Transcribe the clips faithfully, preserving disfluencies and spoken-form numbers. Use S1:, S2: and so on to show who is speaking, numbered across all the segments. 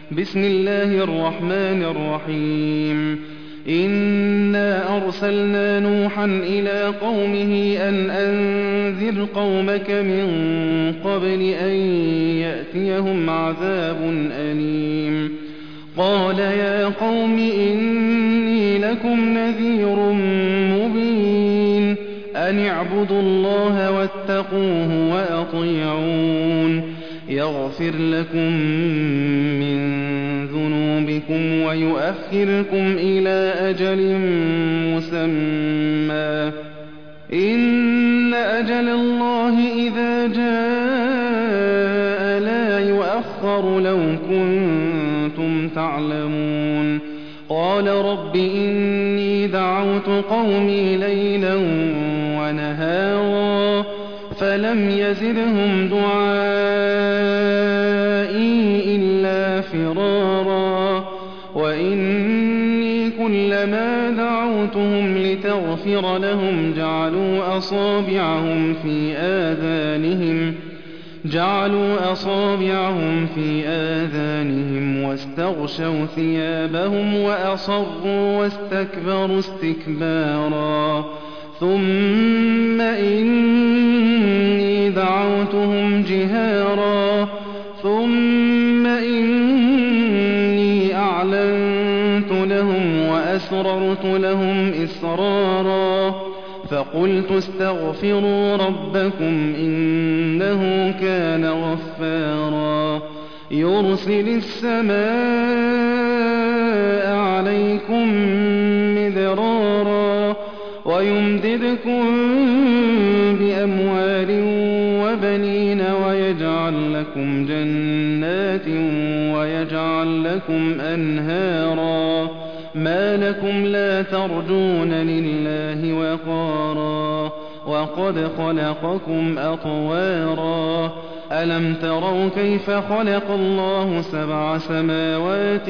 S1: بسم الله الرحمن الرحيم إنا أرسلنا نوحا إلى قومه أن أنذر قومك من قبل أن يأتيهم عذاب أليم قال يا قوم إني لكم نذير مبين أن اعبدوا الله واتقوه وأطيعون يغفر لكم من ذنوبكم ويؤخركم إلى أجل مسمى إن أجل الله إذا جاء لا يؤخر لو كنتم تعلمون قال رب إني دعوت قومي ليلا ونهارا فلم يزدهم دعائي إلا فرارا وإني كلما دعوتهم لتغفر لهم جعلوا أصابعهم في آذانهم جعلوا أصابعهم في آذانهم واستغشوا ثيابهم وأصروا واستكبروا استكبارا ثم إني دعوتهم جهارا ثم إني أعلنت لهم وأسررت لهم إسرارا فقلت استغفروا ربكم إنه كان غفارا يرسل السماء عليكم مدرارا ويمددكم بأموال وبنين ويجعل لكم جنات ويجعل لكم أنهارا ما لكم لا ترجون لله وقارا وقد خلقكم أطوارا ألم تروا كيف خلق الله سبع سماوات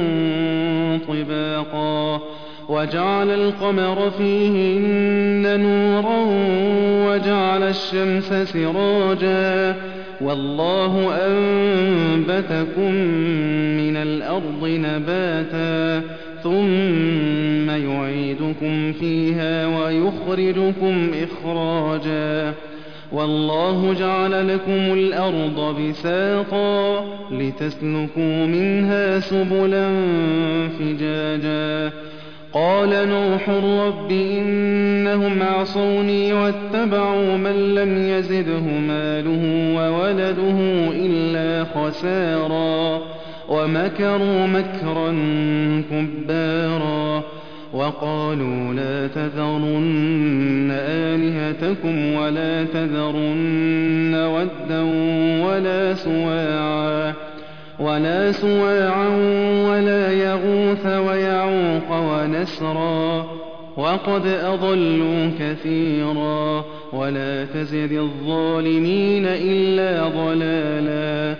S1: طباقا وجعل القمر فيهن نورا وجعل الشمس سراجا والله أنبتكم من الأرض نباتا ثم يعيدكم فيها ويخرجكم إخراجا والله جعل لكم الأرض بساطا لتسلكوا منها سبلا فجاجا قال نوح رب إنهم عصوني واتبعوا من لم يزده ماله وولده إلا خسارا ومكروا مكرا كبارا وقالوا لا تذرن آلهتكم ولا تذرن ودا ولا سواعا ولا سواعا ولا يغوث ويعوق ونسرا وقد أضلوا كثيرا ولا تزد الظالمين إلا ضلالا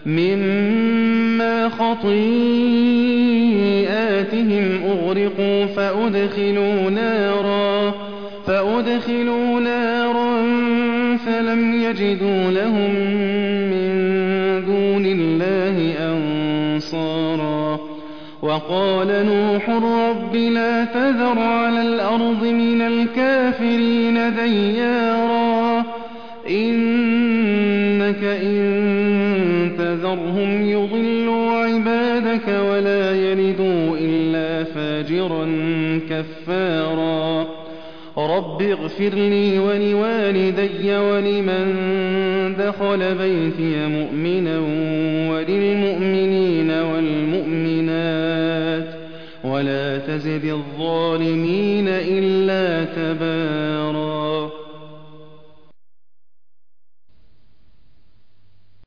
S1: مما خطيئاتهم أغرقوا فأدخلوا نارا فأدخلوا نارا فلم يجدوا لهم من دون الله أنصارا وقال نوح رب لا تذر على الأرض من الكافرين ديارا إنك إن تذرهم يضلوا عبادك ولا يلدوا إلا فاجرا كفارا رب اغفر لي ولوالدي ولمن دخل بيتي مؤمنا وللمؤمنين والمؤمنات ولا تزد الظالمين إلا تبارا